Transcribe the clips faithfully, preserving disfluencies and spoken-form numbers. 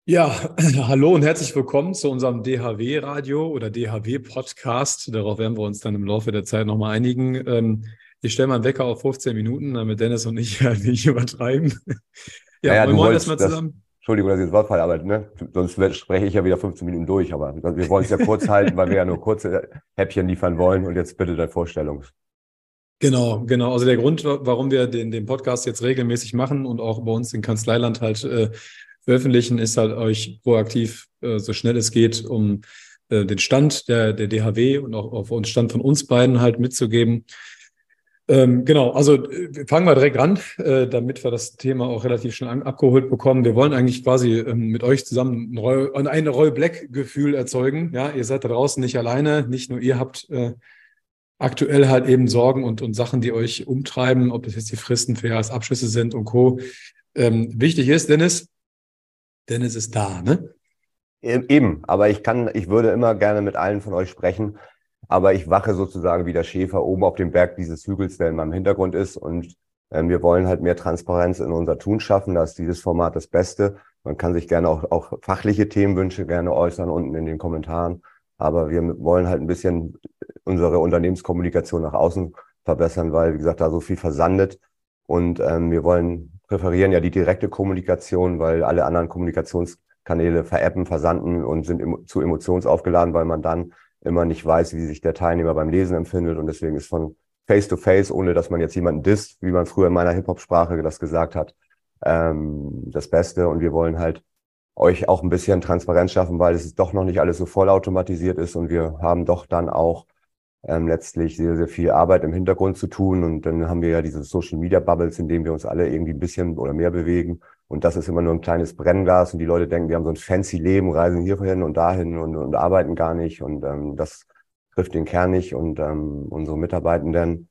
Ja, hallo und herzlich willkommen zu unserem D H W-Radio oder D H W-Podcast. Darauf werden wir uns dann im Laufe der Zeit nochmal einigen. Ähm, ich stelle mal einen Wecker auf fünfzehn Minuten, damit Dennis und ich halt nicht übertreiben. Ja, Naja, moin du moin wolltest erstmal das, zusammen. Entschuldigung, dass ich das Wort falle, aber ne, sonst werd- spreche ich ja wieder fünfzehn Minuten durch. Aber wir wollen es ja kurz halten, weil wir ja nur kurze Häppchen liefern wollen. Und jetzt bitte deine Vorstellung. Genau, genau. Also der Grund, wa- warum wir den, den Podcast jetzt regelmäßig machen und auch bei uns in Kanzleiland halt äh, veröffentlichen, ist halt euch proaktiv, äh, so schnell es geht, um äh, den Stand der, der D H W und auch auf den Stand von uns beiden halt mitzugeben. Ähm, genau, also äh, fangen wir direkt an, äh, damit wir das Thema auch relativ schnell an, abgeholt bekommen. Wir wollen eigentlich quasi ähm, mit euch zusammen ein Roy, ein Roy Black-Gefühl erzeugen. Ja, ihr seid da draußen nicht alleine, nicht nur ihr habt äh, aktuell halt eben Sorgen und, und Sachen, die euch umtreiben, ob das jetzt die Fristen für Jahresabschlüsse sind und Co. Ähm, wichtig ist, Dennis, Dennis ist da, ne? E- Eben, aber ich kann, ich würde immer gerne mit allen von euch sprechen, aber ich wache sozusagen wie der Schäfer oben auf dem Berg dieses Hügels, der in meinem Hintergrund ist. Und ähm, wir wollen halt mehr Transparenz in unser Tun schaffen. Da ist dieses Format das Beste. Man kann sich gerne auch, auch fachliche Themenwünsche gerne äußern unten in den Kommentaren. Aber wir wollen halt ein bisschen unsere Unternehmenskommunikation nach außen verbessern, weil, wie gesagt, da so viel versandet. Und ähm, wir wollen präferieren ja die direkte Kommunikation, weil alle anderen Kommunikationskanäle verappen, versanden und sind emo zu emotionsaufgeladen, weil man dann immer nicht weiß, wie sich der Teilnehmer beim Lesen empfindet. Und deswegen ist von Face-to-Face, ohne dass man jetzt jemanden disst, wie man früher in meiner Hip-Hop-Sprache das gesagt hat, ähm, das Beste. Und wir wollen halt euch auch ein bisschen Transparenz schaffen, weil es doch noch nicht alles so vollautomatisiert ist und wir haben doch dann auch ähm, letztlich sehr, sehr viel Arbeit im Hintergrund zu tun. Und dann haben wir ja diese Social Media Bubbles, in denen wir uns alle irgendwie ein bisschen oder mehr bewegen. Und das ist immer nur ein kleines Brennglas und die Leute denken, wir haben so ein fancy Leben, reisen hierhin und dahin und, und arbeiten gar nicht. Und ähm, das trifft den Kern nicht. Und ähm, unsere Mitarbeitenden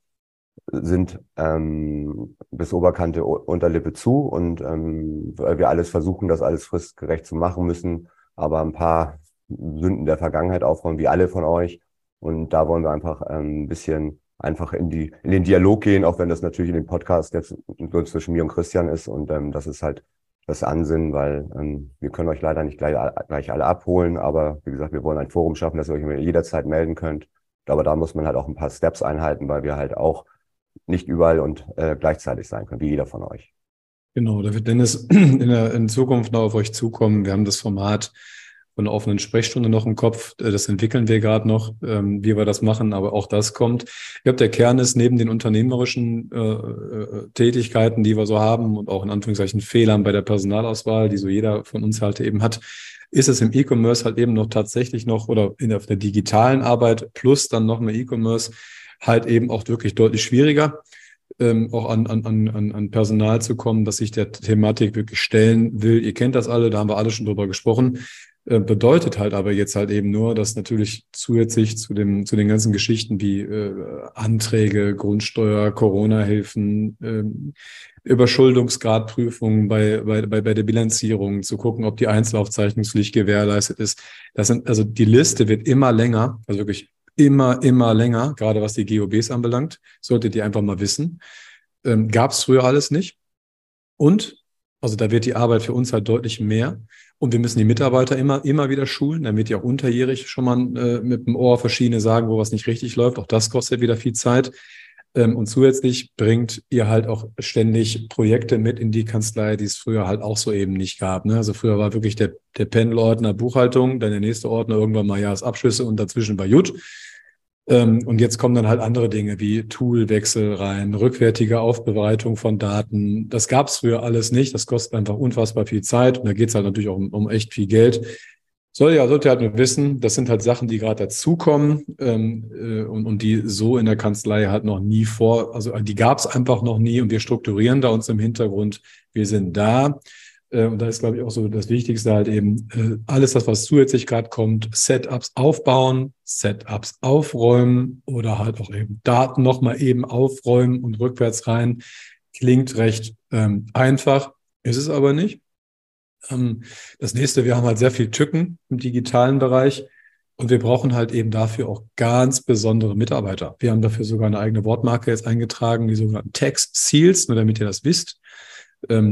sind ähm, bis Oberkante U- Unterlippe zu und ähm, weil wir alles versuchen, das alles fristgerecht zu machen müssen, aber ein paar Sünden der Vergangenheit aufräumen, wie alle von euch. Und da wollen wir einfach ähm, ein bisschen einfach in die in den Dialog gehen, auch wenn das natürlich in dem Podcast jetzt nur zwischen mir und Christian ist. Und ähm, das ist halt das Ansinnen, weil ähm, wir können euch leider nicht gleich, gleich alle abholen, aber wie gesagt, wir wollen ein Forum schaffen, dass ihr euch jederzeit melden könnt. Aber da muss man halt auch ein paar Steps einhalten, weil wir halt auch nicht überall und äh, gleichzeitig sein können, wie jeder von euch. Genau, da wird Dennis in, der, in Zukunft noch auf euch zukommen. Wir haben das Format von der offenen Sprechstunde noch im Kopf. Äh, Das entwickeln wir gerade noch, ähm, wie wir das machen, aber auch das kommt. Ich glaube, der Kern ist neben den unternehmerischen äh, äh, Tätigkeiten, die wir so haben und auch in Anführungszeichen Fehlern bei der Personalauswahl, die so jeder von uns halt eben hat, ist es im E-Commerce halt eben noch tatsächlich noch oder in der, auf der digitalen Arbeit plus dann noch mehr E-Commerce halt eben auch wirklich deutlich schwieriger ähm, auch an, an, an, an Personal zu kommen, dass sich der Thematik wirklich stellen will. Ihr kennt das alle, da haben wir alle schon drüber gesprochen. Äh, bedeutet halt aber jetzt halt eben nur, dass natürlich zusätzlich zu dem, zu den ganzen Geschichten wie äh, Anträge, Grundsteuer, Corona-Hilfen, ähm, Überschuldungsgradprüfungen bei, bei, bei, bei der Bilanzierung, zu gucken, ob die Einzelaufzeichnungspflicht gewährleistet ist. Das sind, also die Liste wird immer länger, also wirklich immer, immer länger, gerade was die G O Bs anbelangt. Solltet ihr einfach mal wissen. Ähm, Gab es früher alles nicht. Und, also da wird die Arbeit für uns halt deutlich mehr. Und wir müssen die Mitarbeiter immer, immer wieder schulen, damit die auch unterjährig schon mal äh, mit dem Ohr verschiedene sagen, wo was nicht richtig läuft. Auch das kostet wieder viel Zeit. Ähm, und zusätzlich bringt ihr halt auch ständig Projekte mit in die Kanzlei, die es früher halt auch so eben nicht gab. Ne? Also früher war wirklich der, der Pendelordner Buchhaltung, dann der nächste Ordner irgendwann mal Jahresabschlüsse und dazwischen war Jut. Ähm, und jetzt kommen dann halt andere Dinge wie Toolwechsel rein, rückwärtige Aufbereitung von Daten. Das gab es früher alles nicht. Das kostet einfach unfassbar viel Zeit. Und da geht es halt natürlich auch um, um echt viel Geld. Soll ja, sollte halt nur wissen, das sind halt Sachen, die gerade dazukommen ähm, äh, und, und die so in der Kanzlei halt noch nie vor, also die gab es einfach noch nie und wir strukturieren da uns im Hintergrund. Wir sind da. Äh, und da ist, glaube ich, auch so das Wichtigste halt eben, äh, alles das, was zusätzlich gerade kommt, Setups aufbauen, Setups aufräumen oder halt auch eben Daten nochmal eben aufräumen und rückwärts rein. Klingt recht ähm, einfach, ist es aber nicht. Ähm, das nächste, wir haben halt sehr viel Tücken im digitalen Bereich und wir brauchen halt eben dafür auch ganz besondere Mitarbeiter. Wir haben dafür sogar eine eigene Wortmarke jetzt eingetragen, die sogenannten Tax Seals, nur damit ihr das wisst. Ähm,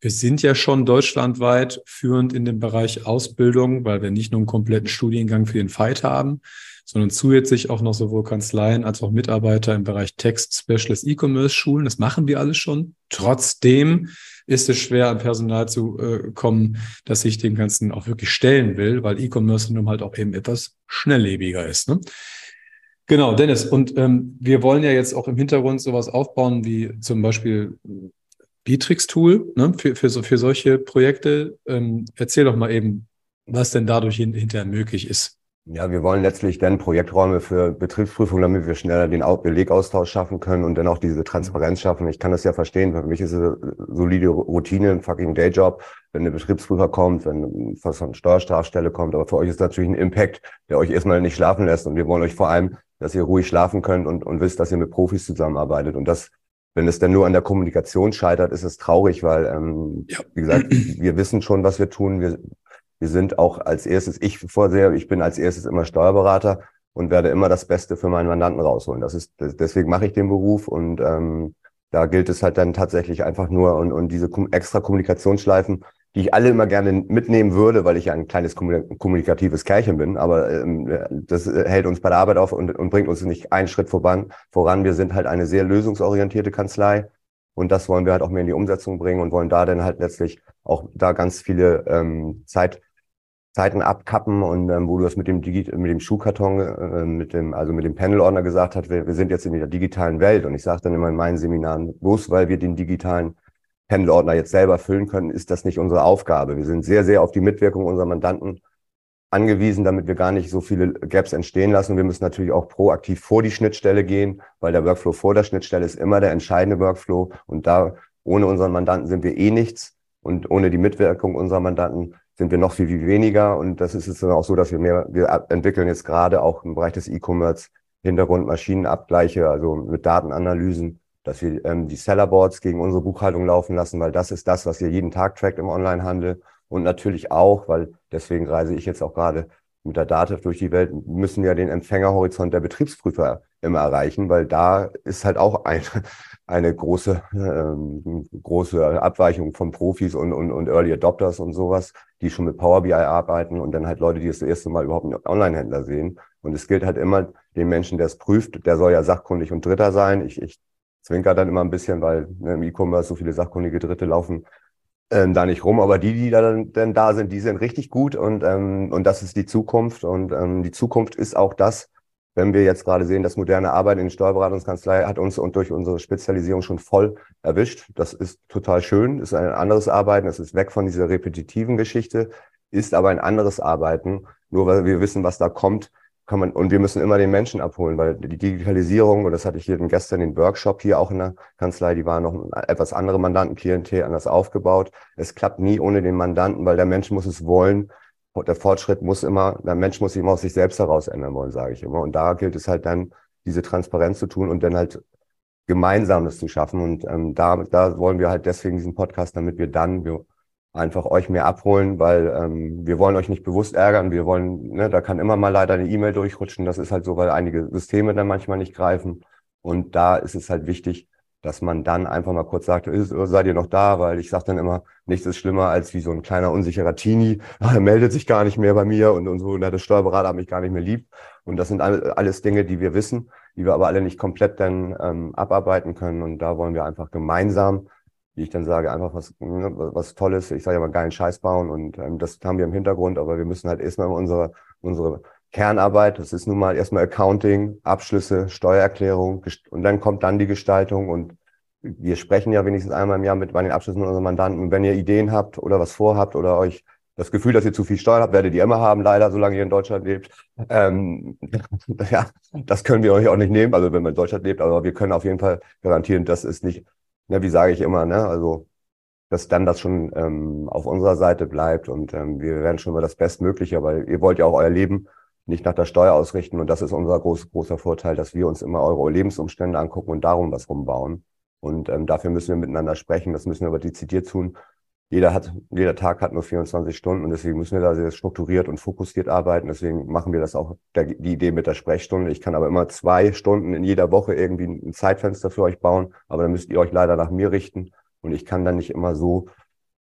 Wir sind ja schon deutschlandweit führend in dem Bereich Ausbildung, weil wir nicht nur einen kompletten Studiengang für den Fight haben, sondern zusätzlich auch noch sowohl Kanzleien als auch Mitarbeiter im Bereich Text, Specialist, E-Commerce schulen. Das machen wir alles schon. Trotzdem ist es schwer, an Personal zu äh, kommen, dass sich dem Ganzen auch wirklich stellen will, weil E-Commerce nun halt auch eben etwas schnelllebiger ist, ne? Genau, Dennis. Und ähm, wir wollen ja jetzt auch im Hintergrund sowas aufbauen wie zum Beispiel Bitrix-Tool, ne, für, für, so, für solche Projekte. Ähm, erzähl doch mal eben, was denn dadurch hin, hinterher möglich ist. Ja, wir wollen letztlich dann Projekträume für Betriebsprüfung, damit wir schneller den Au- Belegaustausch schaffen können und dann auch diese Transparenz schaffen. Ich kann das ja verstehen. Für mich ist es eine solide Routine, ein fucking Dayjob, wenn der Betriebsprüfer kommt, wenn was von Steuerstrafstelle kommt. Aber für euch ist natürlich ein Impact, der euch erstmal nicht schlafen lässt. Und wir wollen euch vor allem, dass ihr ruhig schlafen könnt und, und wisst, dass ihr mit Profis zusammenarbeitet. Und das, wenn es dann nur an der Kommunikation scheitert, ist es traurig, weil, ähm, Ja. wie gesagt, wir wissen schon, was wir tun. Wir Wir sind auch als erstes, ich vorsehe, ich bin als erstes immer Steuerberater und werde immer das Beste für meinen Mandanten rausholen. Das ist, deswegen mache ich den Beruf und ähm, da gilt es halt dann tatsächlich einfach nur und, und diese extra Kommunikationsschleifen, die ich alle immer gerne mitnehmen würde, weil ich ja ein kleines kommunikatives Kerlchen bin, aber ähm, das hält uns bei der Arbeit auf und, und bringt uns nicht einen Schritt voran, voran. Wir sind halt eine sehr lösungsorientierte Kanzlei. Und das wollen wir halt auch mehr in die Umsetzung bringen und wollen da dann halt letztlich auch da ganz viele ähm, Zeit, Zeiten abkappen und ähm, wo du das mit dem Digi mit dem Schuhkarton, äh, mit dem, also mit dem Panelordner gesagt hast, wir, wir sind jetzt in der digitalen Welt. Und ich sage dann immer in meinen Seminaren, bloß weil wir den digitalen Panelordner jetzt selber füllen können, ist das nicht unsere Aufgabe. Wir sind sehr, sehr auf die Mitwirkung unserer Mandanten angewiesen, damit wir gar nicht so viele Gaps entstehen lassen. Wir müssen natürlich auch proaktiv vor die Schnittstelle gehen, weil der Workflow vor der Schnittstelle ist immer der entscheidende Workflow. Und da ohne unseren Mandanten sind wir eh nichts. Und ohne die Mitwirkung unserer Mandanten sind wir noch viel, viel weniger. Und das ist jetzt dann auch so, dass wir mehr, wir entwickeln jetzt gerade auch im Bereich des E-Commerce Hintergrund-Maschinenabgleiche, also mit Datenanalysen, dass wir ähm, die Sellerboards gegen unsere Buchhaltung laufen lassen, weil das ist das, was ihr jeden Tag trackt im Onlinehandel. Und natürlich auch, weil deswegen reise ich jetzt auch gerade mit der Dativ durch die Welt, müssen wir den Empfängerhorizont der Betriebsprüfer immer erreichen, weil da ist halt auch ein, eine große, ähm, große Abweichung von Profis und, und, und Early Adopters und sowas, die schon mit Power B I arbeiten und dann halt Leute, die das, das erste Mal überhaupt einen Online-Händler sehen. Und es gilt halt immer, den Menschen, der es prüft, der soll ja sachkundig und Dritter sein. Ich, ich zwinker dann immer ein bisschen, weil ne, im E-Commerce so viele sachkundige Dritte laufen ähm, da nicht rum, aber die, die da dann, dann da sind, die sind richtig gut und ähm, und das ist die Zukunft und ähm, die Zukunft ist auch das, wenn wir jetzt gerade sehen, dass moderne Arbeit in der Steuerberatungskanzlei hat uns und durch unsere Spezialisierung schon voll erwischt. Das ist total schön, ist ein anderes Arbeiten, es ist weg von dieser repetitiven Geschichte, ist aber ein anderes Arbeiten, nur weil wir wissen, was da kommt. Kann man, und wir müssen immer den Menschen abholen, weil die Digitalisierung, und das hatte ich hier gestern den Workshop hier auch in der Kanzlei, die waren noch eine etwas andere Mandantenklientel anders aufgebaut. Es klappt nie ohne den Mandanten, weil der Mensch muss es wollen. Und der Fortschritt muss immer, der Mensch muss sich immer aus sich selbst heraus ändern wollen, sage ich immer. Und da gilt es halt dann, diese Transparenz zu tun und dann halt Gemeinsames zu schaffen. Und ähm, da, da wollen wir halt deswegen diesen Podcast, damit wir dann, wir einfach euch mehr abholen, weil ähm, wir wollen euch nicht bewusst ärgern. Wir wollen, ne, da kann immer mal leider eine E-Mail durchrutschen. Das ist halt so, weil einige Systeme dann manchmal nicht greifen. Und da ist es halt wichtig, dass man dann einfach mal kurz sagt, ist, seid ihr noch da? Weil ich sage dann immer, nichts ist schlimmer als wie so ein kleiner unsicherer Teenie. Er meldet sich gar nicht mehr bei mir und, und so, und der Steuerberater hat mich gar nicht mehr lieb. Und das sind alles Dinge, die wir wissen, die wir aber alle nicht komplett dann ähm, abarbeiten können. Und da wollen wir einfach gemeinsam, wie ich dann sage, einfach was, was Tolles, ich sage ja mal geilen Scheiß bauen und ähm, das haben wir im Hintergrund, aber wir müssen halt erstmal unsere, unsere Kernarbeit, das ist nun mal erstmal Accounting, Abschlüsse, Steuererklärung und dann kommt dann die Gestaltung und wir sprechen ja wenigstens einmal im Jahr mit bei den Abschlüssen unserer Mandanten. Wenn ihr Ideen habt oder was vorhabt oder euch das Gefühl, dass ihr zu viel Steuern habt, werdet ihr immer haben, leider, solange ihr in Deutschland lebt. Ähm, ja, das können wir euch auch nicht nehmen, also wenn man in Deutschland lebt, aber wir können auf jeden Fall garantieren, dass es nicht, ne, wie sage ich immer, ne, also dass dann das schon ähm, auf unserer Seite bleibt und ähm, wir werden schon mal das Bestmögliche, weil ihr wollt ja auch euer Leben nicht nach der Steuer ausrichten und das ist unser groß, großer Vorteil, dass wir uns immer eure Lebensumstände angucken und darum was rumbauen. Und ähm, dafür müssen wir miteinander sprechen, das müssen wir aber dezidiert tun. Jeder hat, jeder Tag hat nur vierundzwanzig Stunden und deswegen müssen wir da sehr strukturiert und fokussiert arbeiten. Deswegen machen wir das auch, der, die Idee mit der Sprechstunde. Ich kann aber immer zwei Stunden in jeder Woche irgendwie ein Zeitfenster für euch bauen, aber dann müsst ihr euch leider nach mir richten und ich kann dann nicht immer so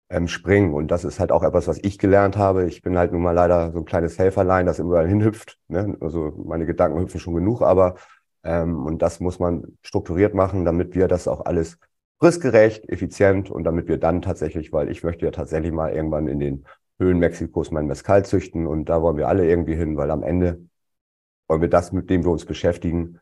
ähm, springen. Und das ist halt auch etwas, was ich gelernt habe. Ich bin halt nun mal leider so ein kleines Helferlein, das überall hinhüpft. Ne? Also meine Gedanken hüpfen schon genug, aber ähm, und das muss man strukturiert machen, damit wir das auch alles fristgerecht, effizient und damit wir dann tatsächlich, weil ich möchte ja tatsächlich mal irgendwann in den Höhen Mexikos mein Mezcal züchten und da wollen wir alle irgendwie hin, weil am Ende wollen wir das, mit dem wir uns beschäftigen.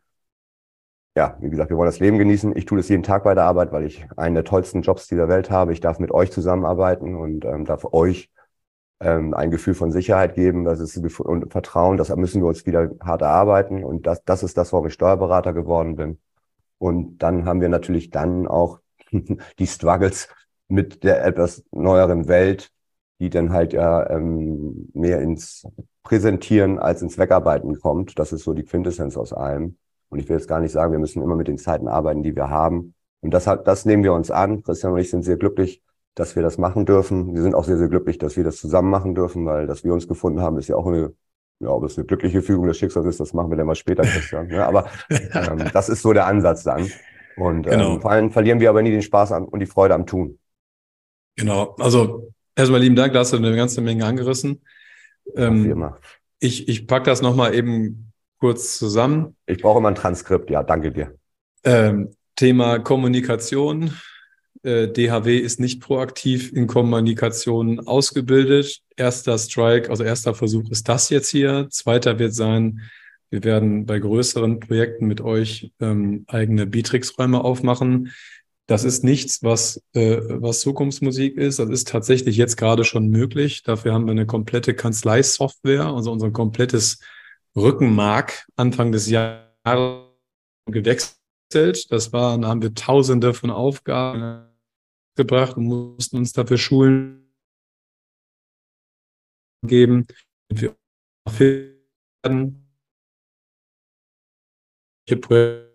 Ja, wie gesagt, wir wollen das Leben genießen. Ich tue das jeden Tag bei der Arbeit, weil ich einen der tollsten Jobs dieser Welt habe. Ich darf mit euch zusammenarbeiten und ähm, darf euch ähm, ein Gefühl von Sicherheit geben, das ist ein Gefühl und Vertrauen. Das müssen wir uns wieder hart erarbeiten und das, das ist das, warum ich Steuerberater geworden bin. Und dann haben wir natürlich dann auch die Struggles mit der etwas neueren Welt, die dann halt ja ähm, mehr ins Präsentieren als ins Wegarbeiten kommt. Das ist so die Quintessenz aus allem. Und ich will jetzt gar nicht sagen, wir müssen immer mit den Zeiten arbeiten, die wir haben. Und das, hat, das nehmen wir uns an. Christian und ich sind sehr glücklich, dass wir das machen dürfen. Wir sind auch sehr, sehr glücklich, dass wir das zusammen machen dürfen, weil dass wir uns gefunden haben, ist ja auch eine, ja, ob es eine glückliche Fügung des Schicksals ist, das machen wir dann mal später, Christian. Ja, aber ähm, das ist so der Ansatz dann. Und Genau. ähm, vor allem verlieren wir aber nie den Spaß an und die Freude am Tun. Genau. Also erstmal lieben Dank, da hast du eine ganze Menge angerissen. Ähm, wie Ähm, immer. ich ich packe das nochmal eben kurz zusammen. Ich brauche immer ein Transkript, ja, danke dir. Ähm, Thema Kommunikation. Äh, D H W ist nicht proaktiv in Kommunikation ausgebildet. Erster Strike, also erster Versuch ist das jetzt hier. Zweiter wird sein, wir werden bei größeren Projekten mit euch ähm, eigene Bitrix-Räume aufmachen. Das ist nichts, was, äh, was Zukunftsmusik ist. Das ist tatsächlich jetzt gerade schon möglich. Dafür haben wir eine komplette Kanzleisoftware, also unser komplettes Rückenmark Anfang des Jahres gewechselt. Das war, da haben wir Tausende von Aufgaben gebracht und mussten uns dafür Schulen geben, wir werden Projekte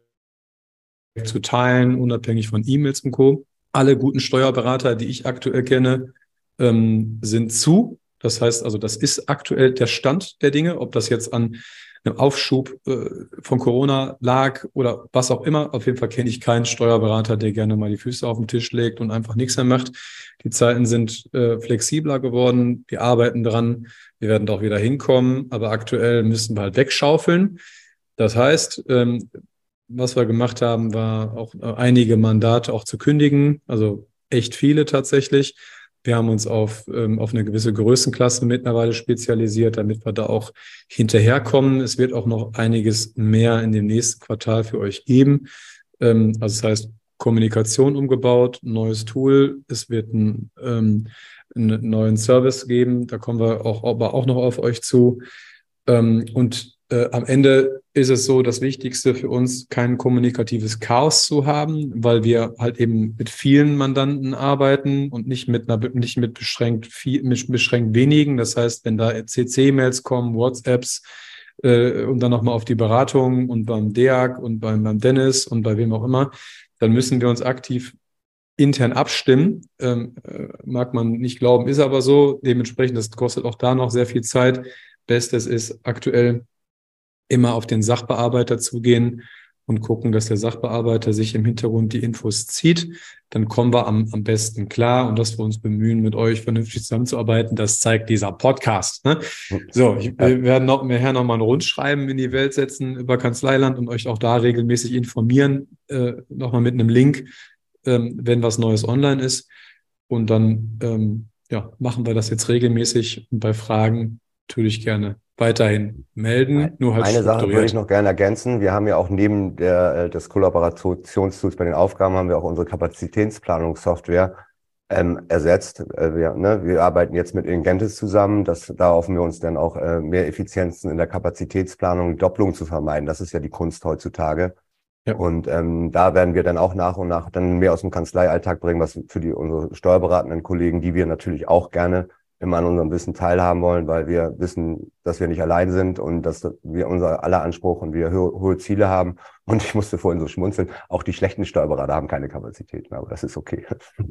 zu teilen, unabhängig von E-Mails und Co. Alle guten Steuerberater, die ich aktuell kenne, ähm, sind zu. Das heißt also, das ist aktuell der Stand der Dinge, ob das jetzt an einem Aufschub äh, von Corona lag oder was auch immer. Auf jeden Fall kenne ich keinen Steuerberater, der gerne mal die Füße auf den Tisch legt und einfach nichts mehr macht. Die Zeiten sind äh, flexibler geworden. Wir arbeiten dran. Wir werden da auch wieder hinkommen. Aber aktuell müssen wir halt wegschaufeln. Das heißt, ähm, was wir gemacht haben, war auch äh, einige Mandate auch zu kündigen. Also echt viele tatsächlich. Wir haben uns auf, ähm, auf eine gewisse Größenklasse mittlerweile spezialisiert, damit wir da auch hinterherkommen. Es wird auch noch einiges mehr in dem nächsten Quartal für euch geben. Ähm, also das heißt, Kommunikation umgebaut, neues Tool. Es wird ein, ähm, einen neuen Service geben. Da kommen wir auch, aber auch noch auf euch zu. Ähm, und äh, am Ende ist es so, das Wichtigste für uns, kein kommunikatives Chaos zu haben, weil wir halt eben mit vielen Mandanten arbeiten und nicht mit einer, nicht mit beschränkt viel, mit beschränkt wenigen. Das heißt, wenn da C C-Mails kommen, WhatsApps äh, und dann nochmal auf die Beratung und beim D E A G und beim, beim Dennis und bei wem auch immer, dann müssen wir uns aktiv intern abstimmen. Ähm, äh, mag man nicht glauben, ist aber so. Dementsprechend, das kostet auch da noch sehr viel Zeit. Bestes ist aktuell immer auf den Sachbearbeiter zugehen und gucken, dass der Sachbearbeiter sich im Hintergrund die Infos zieht. Dann kommen wir am, am besten klar und dass wir uns bemühen, mit euch vernünftig zusammenzuarbeiten, das zeigt dieser Podcast. Ne? So, ich, wir werden noch, nachher noch mal ein Rundschreiben in die Welt setzen über Kanzleiland und euch auch da regelmäßig informieren, äh, nochmal mit einem Link, ähm, wenn was Neues online ist. Und dann ähm, ja, machen wir das jetzt regelmäßig und bei Fragen natürlich gerne weiterhin melden, nur halt Eine Sache würde ich strukturiert. noch gerne ergänzen. Wir haben ja auch neben der, äh, des Kollaborationstools bei den Aufgaben haben wir auch unsere Kapazitätsplanungssoftware ähm, ersetzt. Äh, wir, ne, wir arbeiten jetzt mit Ingentis zusammen. Das, da hoffen wir uns dann auch äh, mehr Effizienzen in der Kapazitätsplanung, Doppelung zu vermeiden. Das ist ja die Kunst heutzutage. Ja. Und ähm, da werden wir dann auch nach und nach dann mehr aus dem Kanzleialltag bringen, was für die unsere steuerberatenden Kollegen, die wir natürlich auch gerne immer an unserem Wissen teilhaben wollen, weil wir wissen, dass wir nicht allein sind und dass wir unser aller Anspruch und wir hohe, hohe Ziele haben. Und ich musste vorhin so schmunzeln, auch die schlechten Steuerberater haben keine Kapazitäten, aber das ist okay.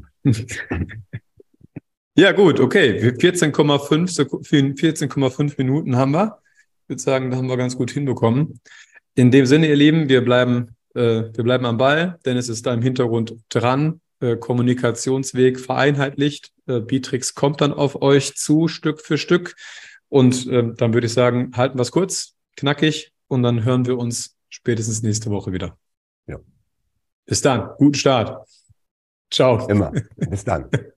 Ja, gut, okay. vierzehn Komma fünf vierzehn Komma fünf Minuten haben wir. Ich würde sagen, da haben wir ganz gut hinbekommen. In dem Sinne, ihr Lieben, wir bleiben, äh, wir bleiben am Ball. Dennis ist da im Hintergrund dran. äh, Kommunikationsweg vereinheitlicht. Äh, Bietrex kommt dann auf euch zu, Stück für Stück. Und ähm, dann würde ich sagen, halten wir es kurz, knackig und dann hören wir uns spätestens nächste Woche wieder. Ja. Bis dann, guten Start. Ciao. Immer. Bis dann.